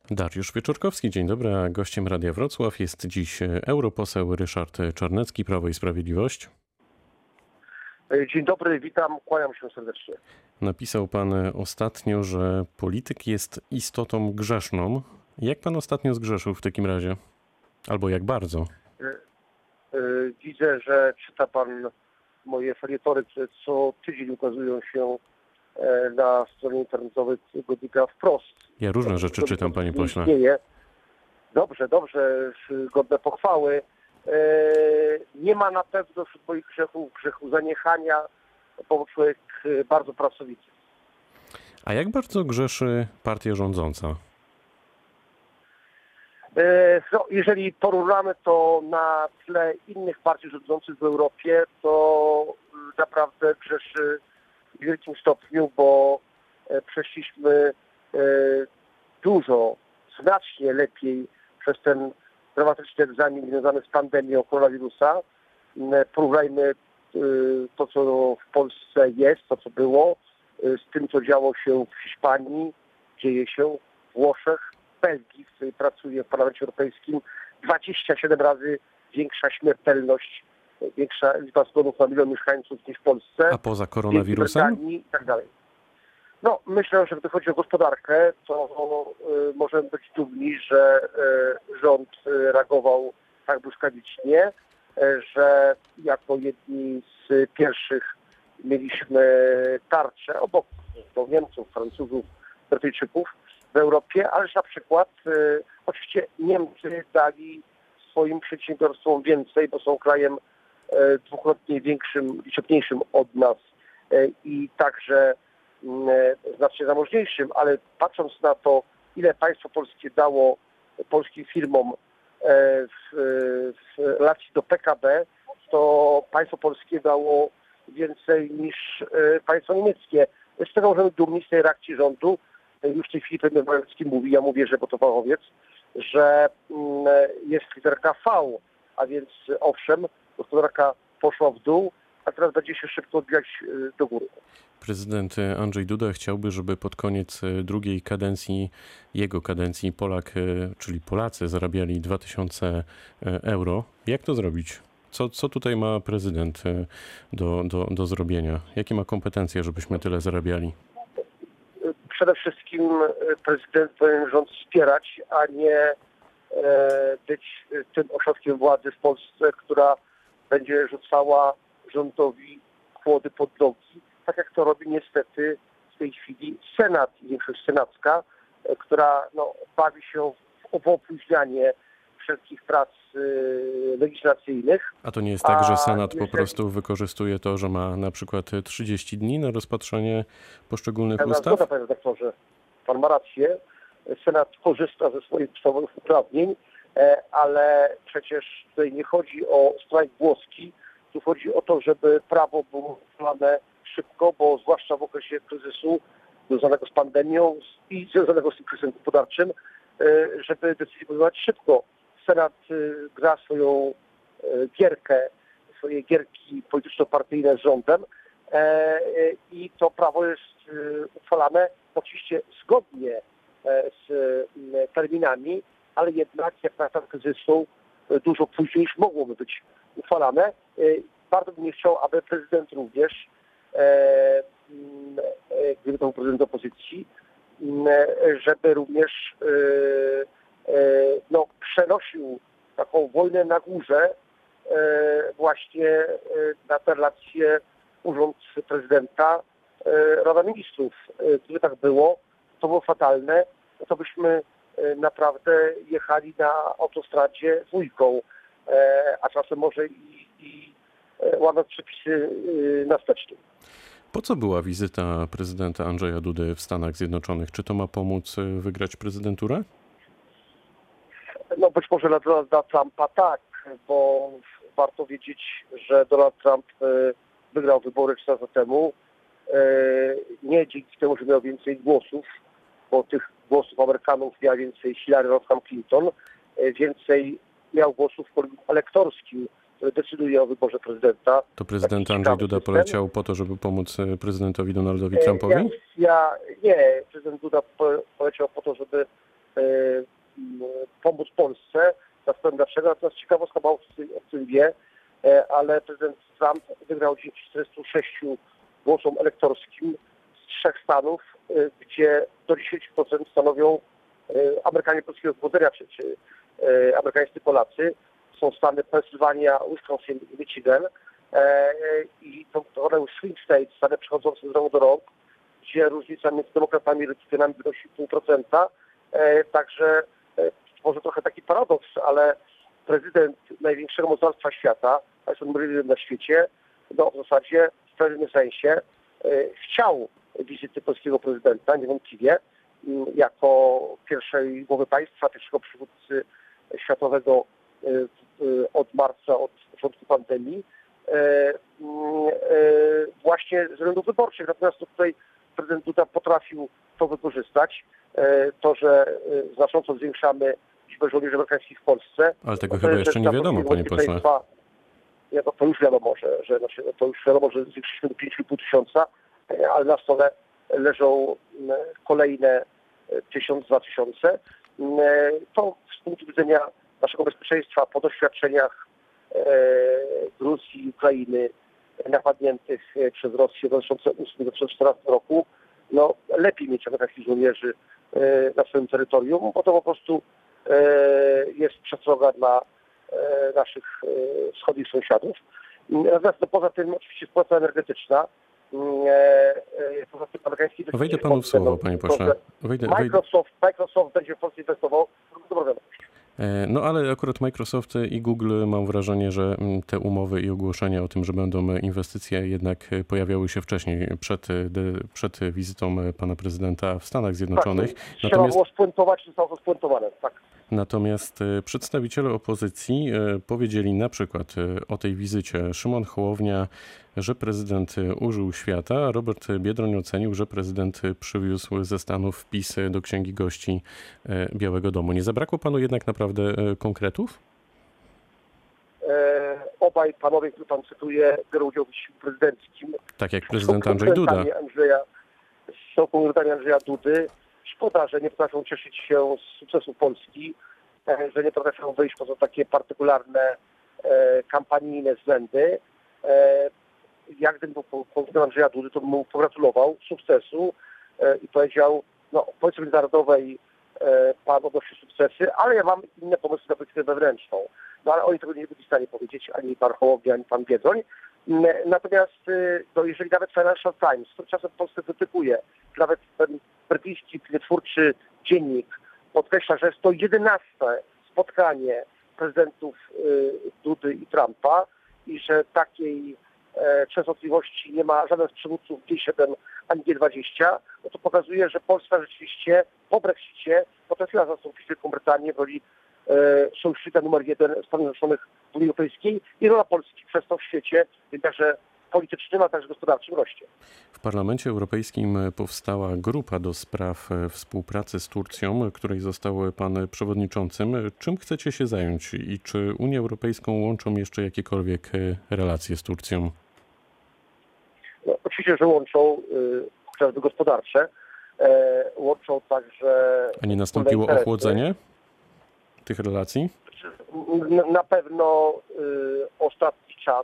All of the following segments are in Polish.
Dariusz Wieczorkowski, dzień dobry, a gościem Radia Wrocław jest dziś europoseł Ryszard Czarnecki, Prawo i Sprawiedliwość. Dzień dobry, witam, kłaniam się serdecznie. Napisał pan ostatnio, że polityk jest istotą grzeszną. Jak pan ostatnio zgrzeszył w takim razie? Albo jak bardzo? Widzę, że czyta pan moje felietony, które co tydzień ukazują się na stronie internetowej tygodnika Wprost. Ja różne rzeczy czytam, panie pośle. Dobrze, godne pochwały. Nie ma na pewno wśród moich grzechów grzechu zaniechania, bo człowiek bardzo pracowity. A jak bardzo grzeszy partia rządząca? No, jeżeli porównamy to na tle innych partii rządzących w Europie, to naprawdę grzeszy w wielkim stopniu, bo przeszliśmy znacznie lepiej przez ten dramatyczny egzamin związany z pandemią koronawirusa. Porównajmy to, co w Polsce jest, to, co było, z tym, co działo się w Hiszpanii, dzieje się w Włoszech, w Belgii, w której pracuję w Parlamencie Europejskim. 27 razy większa śmiertelność, większa liczba zgonów na milion mieszkańców niż w Polsce. A poza koronawirusem? I tak dalej. No, myślę, że gdy chodzi o gospodarkę, to możemy być dumni, że rząd reagował tak błyskawicznie, że jako jedni z pierwszych mieliśmy tarczę obok Niemców, Francuzów, Brytyjczyków w Europie, ależ na przykład oczywiście Niemcy dali swoim przedsiębiorstwom więcej, bo są krajem dwukrotnie większym, liczebniejszym od nas i także znacznie zamożniejszym, ale patrząc na to, ile państwo polskie dało polskim firmom w relacji do PKB, to państwo polskie dało więcej niż państwo niemieckie. Z tego możemy dumni, z tej reakcji rządu. Już w tej chwili premier Morawiecki mówi, ja mu wierzę, bo to fachowiec, że jest literka V, a więc owszem, gospodarka poszła w dół, a teraz będzie się szybko odbijać do góry. Prezydent Andrzej Duda chciałby, żeby pod koniec drugiej kadencji, jego kadencji czyli Polacy zarabiali 2000 euro. Jak to zrobić? Co tutaj ma prezydent do zrobienia? Jakie ma kompetencje, żebyśmy tyle zarabiali? Przede wszystkim prezydent powinien rząd wspierać, a nie być tym ośrodkiem władzy w Polsce, która będzie rzucała rządowi kłody pod nogi, tak jak to robi niestety w tej chwili Senat i większość senacka, która bawi się w opóźnianie wszelkich prac legislacyjnych. A to nie jest tak, że Senat po prostu wykorzystuje to, że ma na przykład 30 dni na rozpatrzenie poszczególnych ustaw? Zgoda, panie redaktorze. Pan ma rację. Senat korzysta ze swoich podstawowych uprawnień, ale przecież tutaj nie chodzi o strajk włoski. Tu chodzi o to, żeby prawo było uchwalane szybko, bo zwłaszcza w okresie kryzysu związanego z pandemią i związanego z tym kryzysem gospodarczym, żeby decyzje podejmować szybko. Senat gra swoją gierkę, swoje gierki polityczno-partyjne z rządem i to prawo jest uchwalane oczywiście zgodnie z terminami, ale jednak jak na czas kryzysu dużo później niż mogłoby być uchwalane. Bardzo bym nie chciał, aby prezydent również, gdyby to był prezydent opozycji, żeby również przenosił taką wojnę na górze właśnie na te relacje urząd prezydenta, Rada Ministrów. Gdyby tak było, to było fatalne, to byśmy naprawdę jechali na autostradzie dwójką, a czasem może i łamać przepisy na wstecznym. Po co była wizyta prezydenta Andrzeja Dudy w Stanach Zjednoczonych? Czy to ma pomóc wygrać prezydenturę? No być może dla Donalda Trumpa tak, bo warto wiedzieć, że Donald Trump wygrał wybory 4 lata temu. Nie dzięki temu, że miał więcej głosów, bo tych głosów Amerykanów miała więcej Hillary Rodham Clinton, więcej miał głosów w kolegium elektorskim, które decyduje o wyborze prezydenta. To prezydent Andrzej Duda poleciał po to, żeby pomóc prezydentowi Donaldowi Trumpowi? Prezydent Duda poleciał po to, żeby pomóc Polsce. Zastanawiam dlaczego. Natomiast ciekawostka, mało o tym wie, ale prezydent Trump wygrał dzięki 46 głosom elektorskim z 3 stanów, gdzie do 10% stanowią Amerykanie polskiego pochodzenia, czy amerykańscy Polacy. Są stany Pensylwania, Wisconsin i Michigan. I to one swing states, stany przechodzące z rąk do rąk, gdzie różnica między demokratami i republikanami wynosi 0,5%. Także może trochę taki paradoks, ale prezydent największego mocarstwa świata, a jest on numerem na świecie, no w zasadzie w pewnym sensie chciał wizyty polskiego prezydenta, niewątpliwie, jako pierwszej głowy państwa, pierwszego przywódcy światowego od marca, od początku pandemii, właśnie z względów wyborczych. Natomiast tutaj prezydent Duda potrafił to wykorzystać, to, że znacząco zwiększamy liczbę żołnierzy amerykańskich w Polsce. Ale tego chyba jeszcze nie wiadomo, panie pośle. To już wiadomo, że zwiększyliśmy do 5,5 tysiąca, ale na stole leżą kolejne 1000-2000. To z punktu widzenia naszego bezpieczeństwa po doświadczeniach Gruzji i Ukrainy napadniętych przez Rosję w 2008-2014 roku, no lepiej mieć amerykańskich żołnierzy na swoim terytorium, bo to po prostu jest przestroga dla naszych wschodnich sąsiadów. Natomiast poza tym oczywiście sytuacja energetyczna, poza tym amerykański... Wejdę panu w słowo, panie pośle. Microsoft będzie w Polsce inwestował. No ale akurat Microsoft i Google, mam wrażenie, że te umowy i ogłoszenia o tym, że będą inwestycje, jednak pojawiały się wcześniej, przed wizytą pana prezydenta w Stanach Zjednoczonych. Tak, trzeba było spuentować, zostało to spuentowane, tak. Natomiast przedstawiciele opozycji powiedzieli na przykład o tej wizycie Szymon Hołownia, że prezydent użył świata, a Robert Biedroń ocenił, że prezydent przywiózł ze Stanów wpisy do księgi gości Białego Domu. Nie zabrakło panu jednak naprawdę konkretów? Obaj panowie, który pan cytuje, biorą udział w wysiłku prezydenckim. Tak jak prezydent Andrzej Duda. Są konkurentami Andrzeja Dudy. Szkoda, że nie potrafią cieszyć się z sukcesu Polski, że nie potrafią wyjść poza takie partykularne, kampanijne względy. Jak gdybym był konkurent Andrzeja Dudy, to bym mu pogratulował sukcesu i powiedział, no w polityce międzynarodowej pan odnosi sukcesy, ale ja mam inne pomysły na politykę wewnętrzną. No ale oni tego nie byli w stanie powiedzieć, ani pan Hołownia, ani pan Biedroń. Natomiast no, jeżeli nawet Financial Times, który czasem w Polsce krytykuje, nawet ten brytyjski twórczy dziennik podkreśla, że jest to 11. spotkanie prezydentów Dudy i Trumpa i że takiej częstotliwości nie ma żaden z przywódców G7 ani G20, no to pokazuje, że Polska rzeczywiście po Brexicie potrafiła zastąpić Wielką Brytanię w roli sojusznika numer 1 Stanów Zjednoczonych w Unii Europejskiej i rola Polski przez to w świecie, także politycznym, a także gospodarczym rośnie. W Parlamencie Europejskim powstała grupa do spraw współpracy z Turcją, której został pan przewodniczącym. Czym chcecie się zająć i czy Unię Europejską łączą jeszcze jakiekolwiek relacje z Turcją? No, oczywiście, że łączą chociażby gospodarcze, łączą także... A nie nastąpiło ochłodzenie tych relacji? Na pewno ostatni czas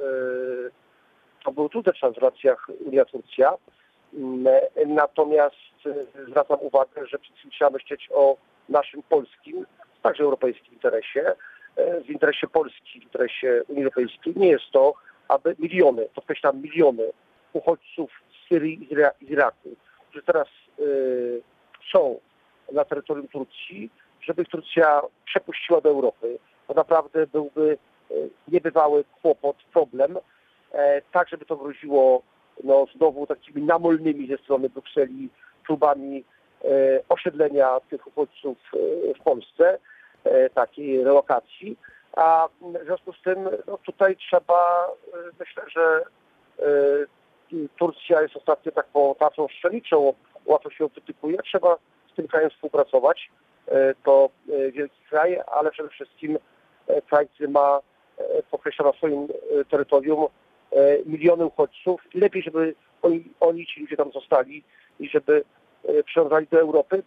to był trudny czas w relacjach Unia-Turcja, natomiast zwracam uwagę, że przede wszystkim trzeba myśleć o naszym polskim, także europejskim interesie. W interesie Polski, w interesie Unii Europejskiej nie jest to, aby miliony, podkreślam miliony uchodźców z Syrii i z Iraku, którzy teraz są na terytorium Turcji, żeby ich Turcja przepuściła do Europy. To naprawdę byłby niebywały kłopot, problem, tak żeby to groziło no, znowu takimi namolnymi ze strony Brukseli próbami osiedlenia tych uchodźców w Polsce, takiej relokacji. A w związku z tym no, tutaj trzeba, myślę, że Turcja jest ostatnio taką tarczą strzelniczą, łatwo się ją krytykuje, trzeba z tym krajem współpracować. To wielki kraj, ale przede wszystkim kraj, który ma, podkreślam, na swoim terytorium miliony uchodźców. Lepiej, żeby oni ci ludzie tam zostali i żeby przywiązali do Europy, bo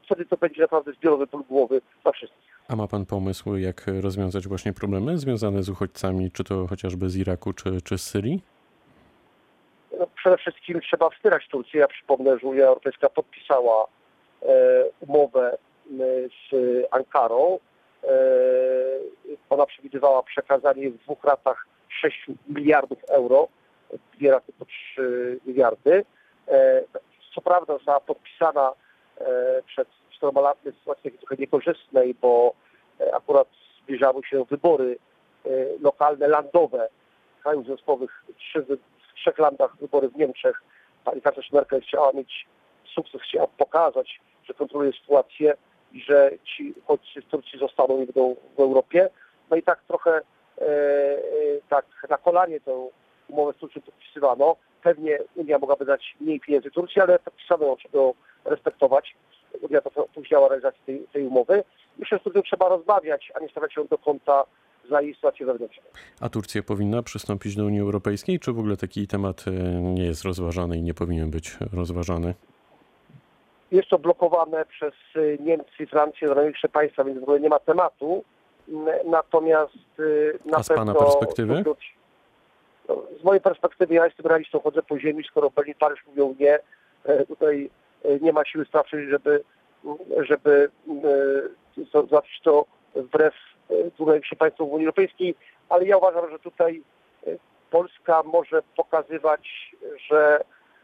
wtedy to będzie naprawdę zbiorowy ból głowy dla wszystkich. A ma pan pomysł, jak rozwiązać właśnie problemy związane z uchodźcami, czy to chociażby z Iraku, czy z Syrii? No, przede wszystkim trzeba wspierać Turcję. Ja przypomnę, że Unia Europejska podpisała umowę z Ankarą. Ona przewidywała przekazanie w 2 latach 6 miliardów euro, 2 raty po 3 miliardy. Co prawda została podpisana przed 4 laty w sytuacji trochę niekorzystnej, bo akurat zbliżały się wybory lokalne, landowe w krajów związkowych, w 3 landach wybory w Niemczech. Pani kanclerz Merkel chciała mieć sukces, chciała pokazać, że kontroluje sytuację i że ci uchodźcy z Turcji zostaną i będą w Europie. No i tak trochę tak na kolanie tę umowę z Turcją podpisywano. Pewnie Unia mogłaby dać mniej pieniędzy Turcji, ale podpisano ją, trzeba ją respektować. Unia to opóźniała realizację tej umowy. Myślę, że z Turcją trzeba rozmawiać, a nie stawiać ją do kąta za jej sytuację wewnętrzną. A Turcja powinna przystąpić do Unii Europejskiej, czy w ogóle taki temat nie jest rozważany i nie powinien być rozważany? Jest to blokowane przez Niemcy i Francję, największe państwa, więc w ogóle nie ma tematu. Natomiast na A z pana perspektywy? Z mojej perspektywy ja jestem realistą, chodzę po ziemi, skoro Berlin, Paryż mówią nie, tutaj nie ma siły sprawczej, żeby załatwić to wbrew największym państwom w Unii Europejskiej, ale ja uważam, że tutaj Polska może pokazywać, że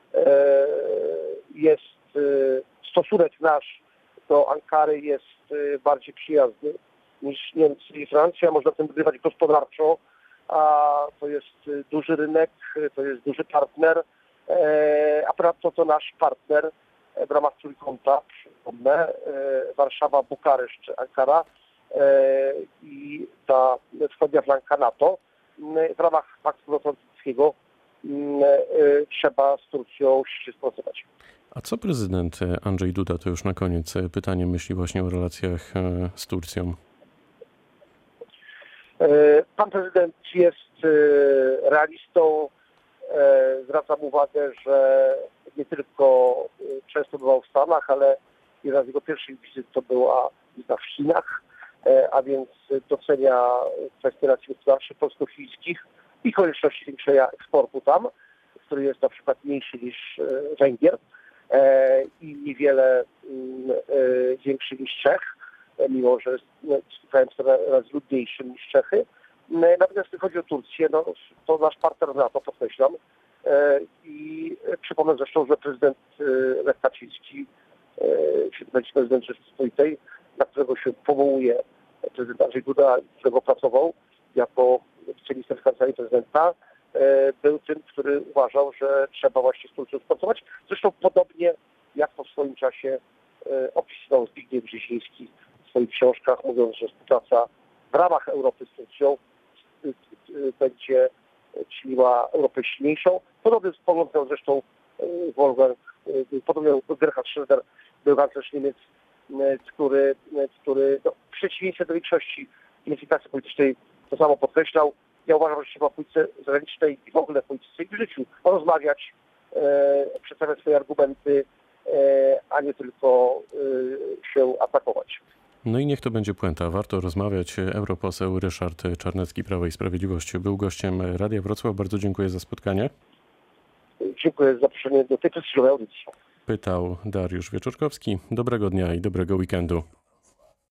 jest stosunek nasz do Ankary jest bardziej przyjazny niż Niemcy i Francja. Można tym wygrywać gospodarczo, a to jest duży rynek, to jest duży partner, a ponadto to nasz partner w ramach trójkąta, przypomnę, Warszawa, Bukareszt, Ankara i ta wschodnia flanka NATO. W ramach Paktu Północnoatlantyckiego trzeba z Turcją się spracować. A co prezydent Andrzej Duda, to już na koniec pytanie, myśli właśnie o relacjach z Turcją? Pan prezydent jest realistą. Zwracam uwagę, że nie tylko często bywał w Stanach, ale jedna z jego pierwszych wizyt to była wizyta w Chinach, a więc docenia kwestie relacji gospodarczych polsko-chińskich i konieczności zwiększenia eksportu tam, który jest na przykład mniejszy niż Węgier i niewiele większy niż Czech, mimo że jest krajem coraz ludniejszym niż Czechy. Natomiast jeśli chodzi o Turcję, no, to nasz partner NATO, podkreślam. I przypomnę zresztą, że prezydent Lech Kaczyński, prezydent Rzeczypospolitej, na którego się powołuje prezydent Andrzej Duda, którego pracował jako wiceminister w kancelarii prezydenta, był tym, który uważał, że trzeba właśnie z Turcją współpracować. Zresztą podobnie jak to w swoim czasie opisywał Zbigniew Brzeziński w swoich książkach, mówiąc, że współpraca w ramach Europy z Turcją będzie czyniła Europę silniejszą. Podobny pogląd miał zresztą Wolfgang, podobnie Gerhard Schröder, był kanclerz Niemiec, który w przeciwieństwie do większości identyfikacji politycznej to samo podkreślał. Ja uważam, że trzeba w polityce zagranicznej i w ogóle w polityce i w życiu rozmawiać, przedstawiać swoje argumenty, a nie tylko się atakować. No i niech to będzie puenta. Warto rozmawiać. Europoseł Ryszard Czarnecki, Prawo i Sprawiedliwość, był gościem Radia Wrocław. Bardzo dziękuję za spotkanie. Dziękuję za zaproszenie do tej prestiżowej audycji. Pytał Dariusz Wieczorkowski. Dobrego dnia i dobrego weekendu.